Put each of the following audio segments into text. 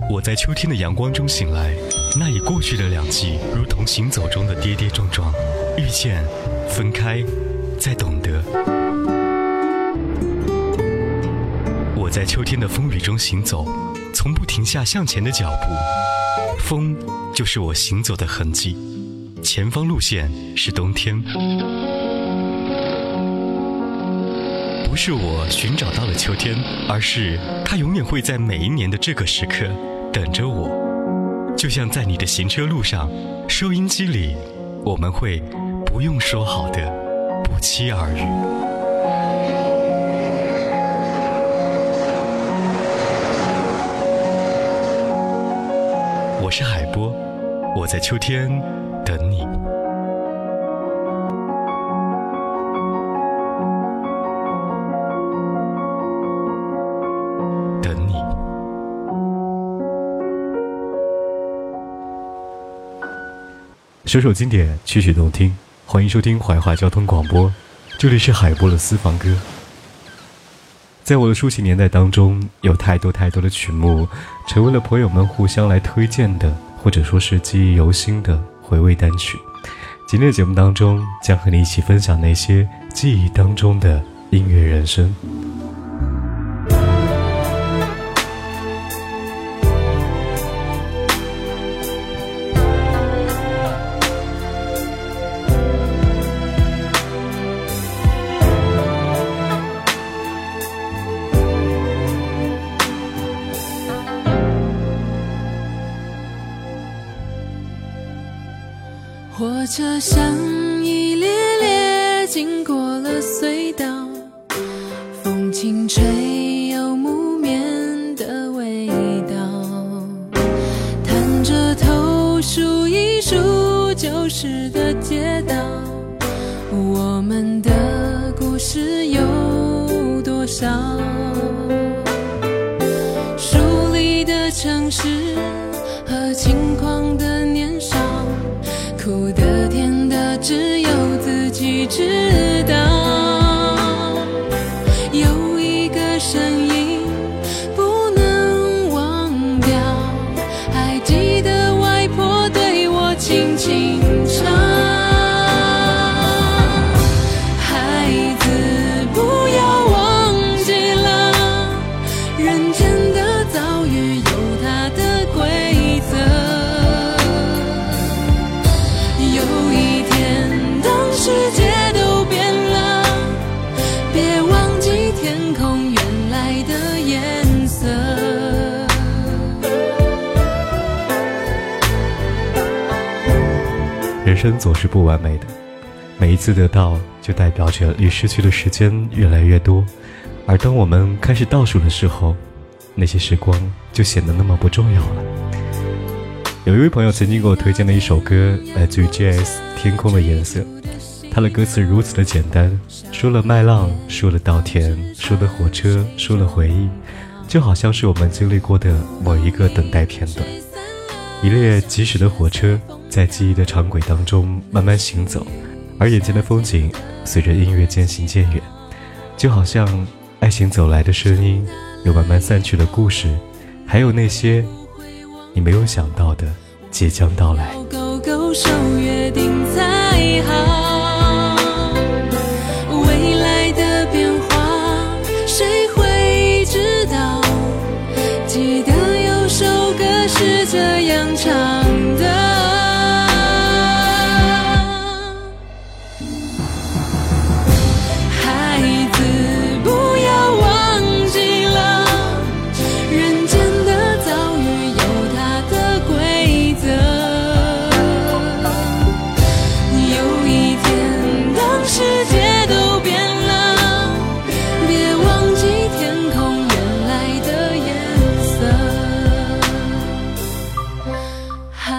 我在秋天的阳光中醒来，那已过去的2季，如同行走中的跌跌撞撞，遇见，分开，再懂得。我在秋天的风雨中行走，从不停下向前的脚步。风就是我行走的痕迹，前方路线是冬天。不是我寻找到了秋天，而是它永远会在每一年的这个时刻等着我。就像在你的行车路上，收音机里，我们会不用说好的不期而遇。我是海波，我在秋天等你。等你。首首经典，曲曲动听，欢迎收听怀化交通广播，这里是海波的私房歌。在我的抒情年代当中，有太多的曲目成为了朋友们互相来推荐的，或者说是记忆犹新的回味单曲。今天的节目当中，将和你一起分享那些记忆当中的音乐人生。 火车像一列列经过了隧道，风轻吹有木棉的味道，探着头数一数旧时的街道，我们的故事有多少？疏离的城市和轻狂的年少，苦的甜的只有自己知道。有一个声音不能忘掉，还记得外婆对我轻轻唱，孩子不要忘记了，人间的遭遇有它的规则。世界都变了，别忘记天空原来的颜色。 人生总是不完美的，每一次得到就代表着离失去的时间越来越多，而当我们开始倒数的时候，那些时光就显得那么不重要了。有一位朋友曾经给我推荐了一首歌，来自于 JS 天空的颜色。他的歌词如此的简单，说了麦浪，说了稻田，说了火车，说了回忆，就好像是我们经历过的某一个等待片段。一列疾驶的火车在记忆的长轨当中慢慢行走，而眼前的风景随着音乐渐行渐远，就好像爱情走来的声音，有慢慢散去的故事，还有那些你没有想到的即将到来。 勾勾手约定才好，未来的变化谁会知道？记得有首歌是这样唱的，孩子不要忘记了，人间的遭遇有它的规则。有一天当世界都变了，别忘记天空原来的颜色。孩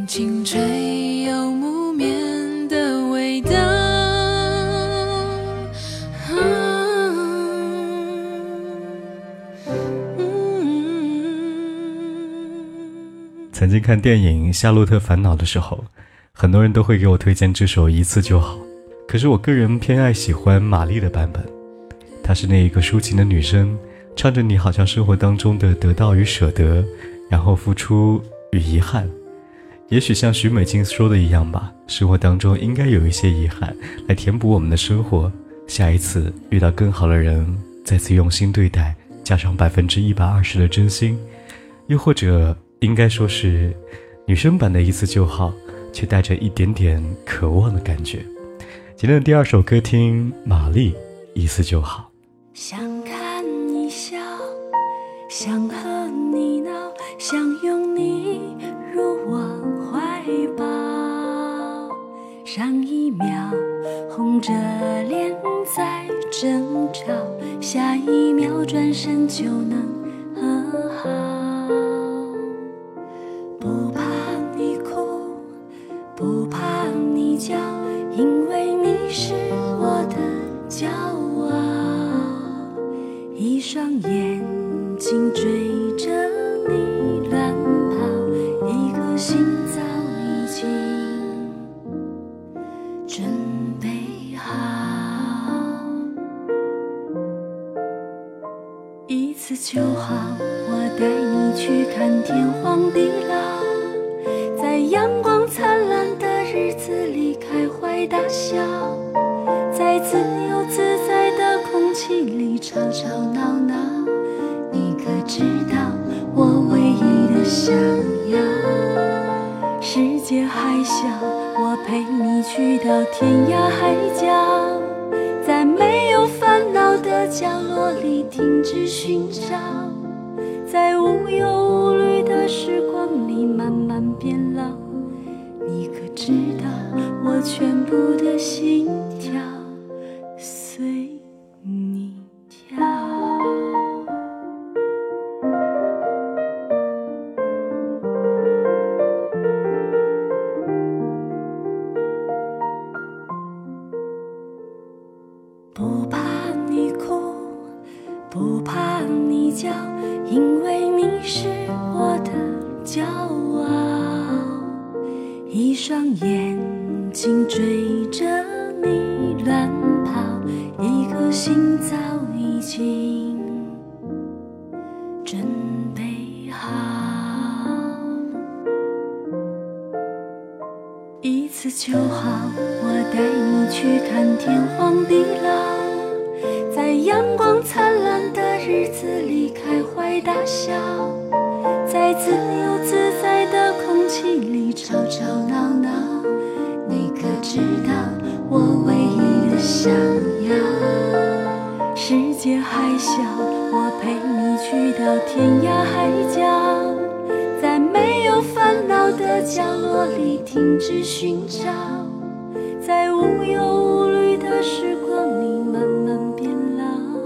轻吹又木棉的味道。 曾经看电影《夏洛特烦恼》的时候，很多人都会给我推荐这首《一次就好》，可是我个人偏爱喜欢玛丽的版本。她是那一个抒情的女生，唱着你好像生活当中的得到与舍得，然后付出与遗憾。也许像许美静说的一样吧，生活当中应该有一些遗憾来填补我们的生活，下一次遇到更好的人，再次用心对待，加上120%的真心。又或者应该说是女生版的一次就好，却带着一点点渴望的感觉。今天的第二首歌听玛丽，一次就好。 想看你笑，想和你闹，想拥你入我怀抱。上一秒红着脸在争吵，下一秒转身就能和好。不怕你哭，不怕你叫，因为你是我的骄傲。一双眼睛追着你乱跑，一颗心早已经准备好。一次就好，我带你去看天荒地老，在阳光灿烂的日子里开怀大笑，在自由自在的空气里吵吵闹闹。你可知道我唯一的想要？世界还小，我陪你去到天涯海角，在没有烦恼的角落里停止寻找，在无忧无虑的时光里慢慢变老。你可知道我全部的心跳随你跳？不怕你哭，不怕你叫，因为你是我的骄傲。一双眼睛追着你乱跑，一颗心早已经准备好。一次就好，我带你去看天荒地老，在阳光灿烂的日子里开怀大笑，在自由自在的空气里吵吵闹闹。你可知道我唯一的想要？世界还小，我陪你去到天涯海角，在没有烦恼的角落里停止寻找，在无忧无虑的时光里慢慢变老。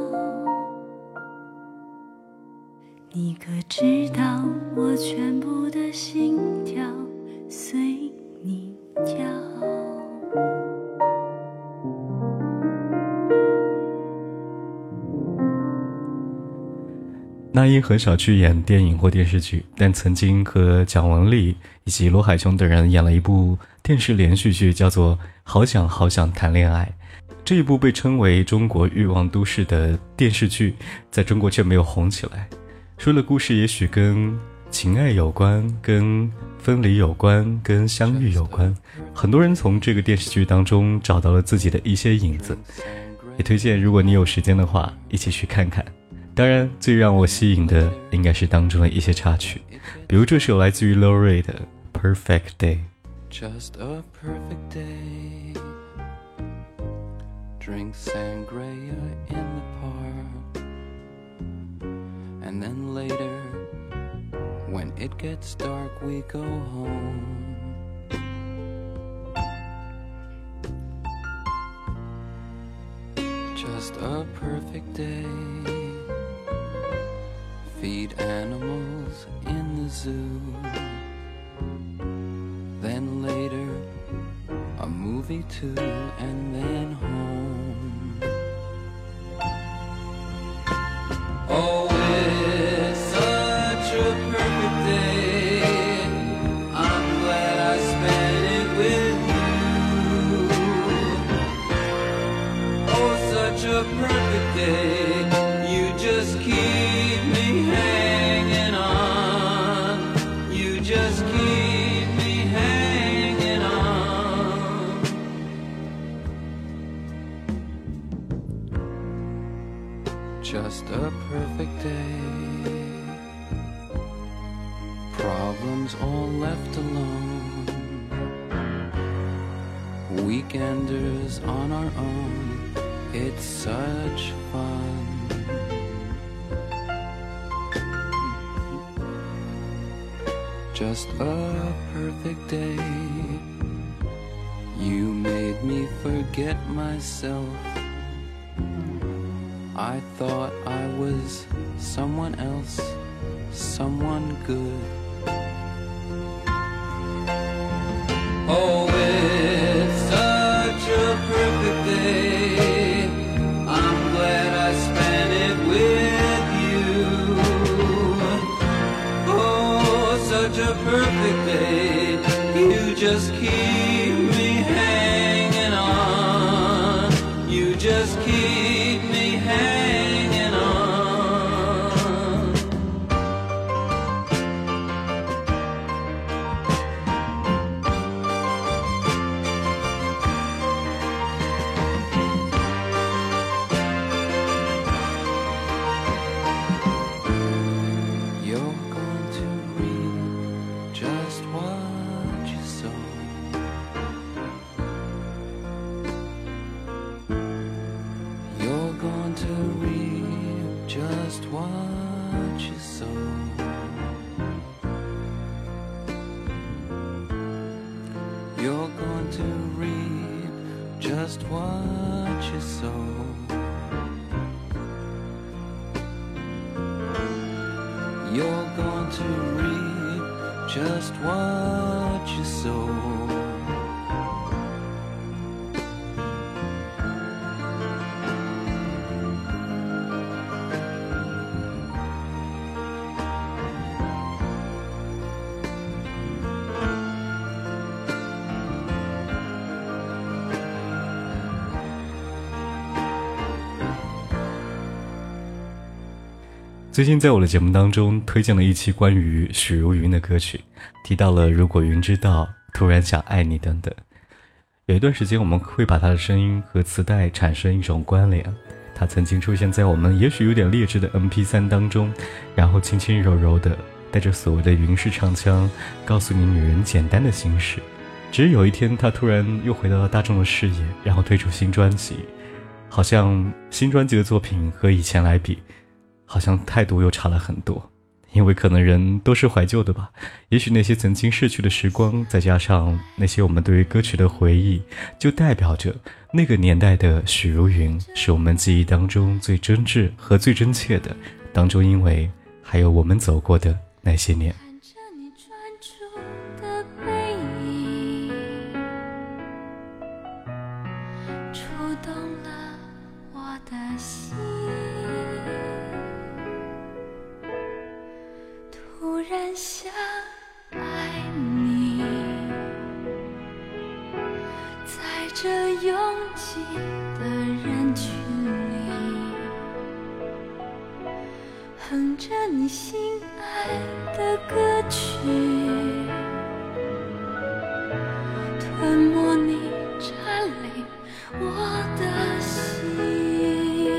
你可知道我全部的心跳随你跳？ 那英很少去演电影或电视剧，但曾经和蒋雯丽以及罗海琼等人演了一部电视连续剧，叫做《好想好想谈恋爱》。这一部被称为中国欲望都市的电视剧，在中国却没有红起来。说的故事也许跟情爱有关，跟分离有关，跟相遇有关。很多人从这个电视剧当中找到了自己的一些影子，也推荐如果你有时间的话一起去看看。当然最让我吸引的应该是当中的一些插曲，比如这首来自于 Lorraine 的 Perfect Day。 Just a perfect day, drink sangria in the park, and then later when it gets dark we go home. Just a perfect day, feed animals in the zoo, coffee too, and then home. Oh, it's such a perfect day. I'm glad I spent it with you. Oh, such a perfect day. You just keep me hanging on. You just keep me hanging on. Just a perfect day. Problems all left alone. Weekenders on our own. It's such fun. Just a perfect day. You made me forget myself. I thought I was someone else, someone good. Oh, it's such a perfect day. I'm glad I spent it with you. Oh, such a perfect day. You just keep me hanging on. You just keep me hanging on. You're going to reap just what you sow. You're going to reap just what you sow. You're going to reap just what you sow. You're going to reap just what you sow. 最近在我的节目当中推荐了一期关于许茹芸的歌曲，提到了如果云知道，突然想爱你等等。有一段时间我们会把她的声音和磁带产生一种关联，她曾经出现在我们也许有点劣质的 MP3 当中，然后轻轻柔柔的带着所谓的云式唱腔告诉你女人简单的心事。只是有一天她突然又回到了大众的视野，然后推出新专辑，好像新专辑的作品和以前来比好像态度又差了很多，因为可能人都是怀旧的吧，也许那些曾经逝去的时光，再加上那些我们对于歌曲的回忆，就代表着那个年代的许茹芸是我们记忆当中最真挚和最真切的，当中因为还有我们走过的那些年。 看着你专注的背影，触动了我的心，突然想爱你，在这拥挤的人群里，哼着你心爱的歌曲，吞没你占领我的心，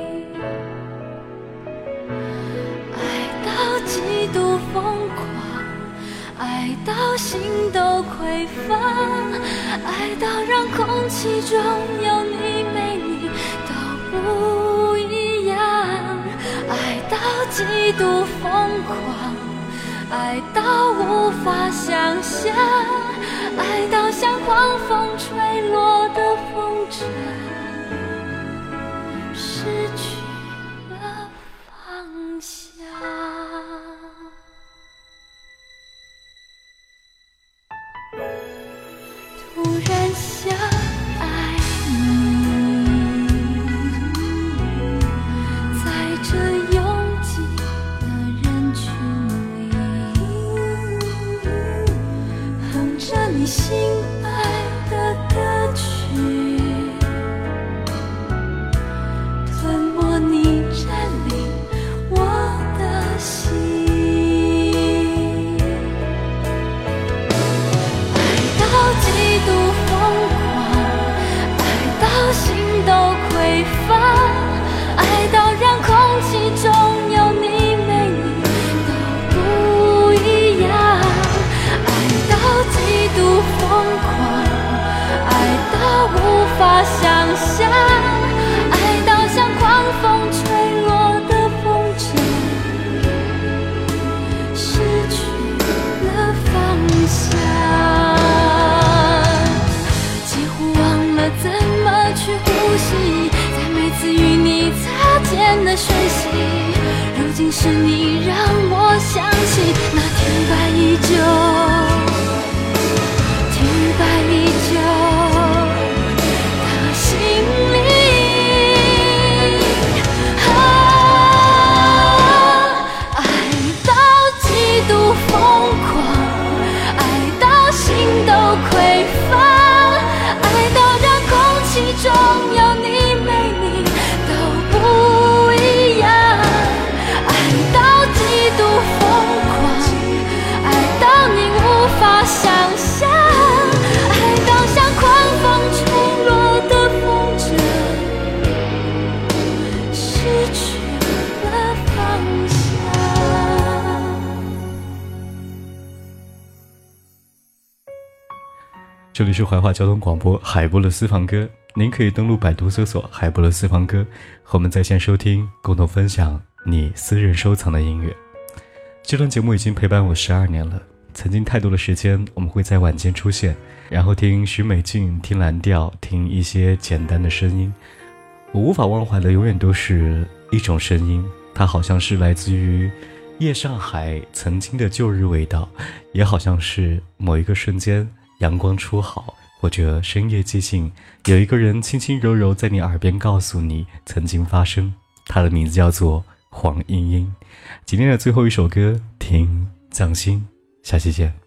爱到极度疯狂，爱到心都匮乏，爱到让空气中有你没你都不一样，爱到极度疯狂，爱到无法想象，爱到像狂风吹落的风筝，失去了方向。突然想你心爱的歌曲，吞没你占领我的心。爱到极度疯狂，爱到心都匮乏，爱到让空气中有你没你都不一样。爱到极度疯狂，爱到无法想象，爱到像狂风吹落的风筝，失去了方向，几乎忘了怎么去呼吸，在每次与你擦肩的瞬息，如今是你让我想起那停摆已久，停摆已久的心里。爱到极度疯狂，爱到心都匮乏，爱到让空气中有你没你都不一样。爱到极度疯狂，爱到你无法想象，爱到像狂风吹落的风筝，失去了方向。 这里是怀化交通广播海波的私房歌，您可以登录百度搜索海波的私房歌，和我们在线收听，共同分享你私人收藏的音乐。这段节目已经陪伴我12年了，曾经太多的时间我们会在晚间出现，然后听许美静，听蓝调，听一些简单的声音。我无法忘怀的永远都是一种声音，它好像是来自于夜上海曾经的旧日味道，也好像是某一个瞬间阳光初好，或者深夜寂静，有一个人轻轻柔柔在你耳边告诉你曾经发生。他的名字叫做黄莺莺。今天的最后一首歌，听藏心，下期见。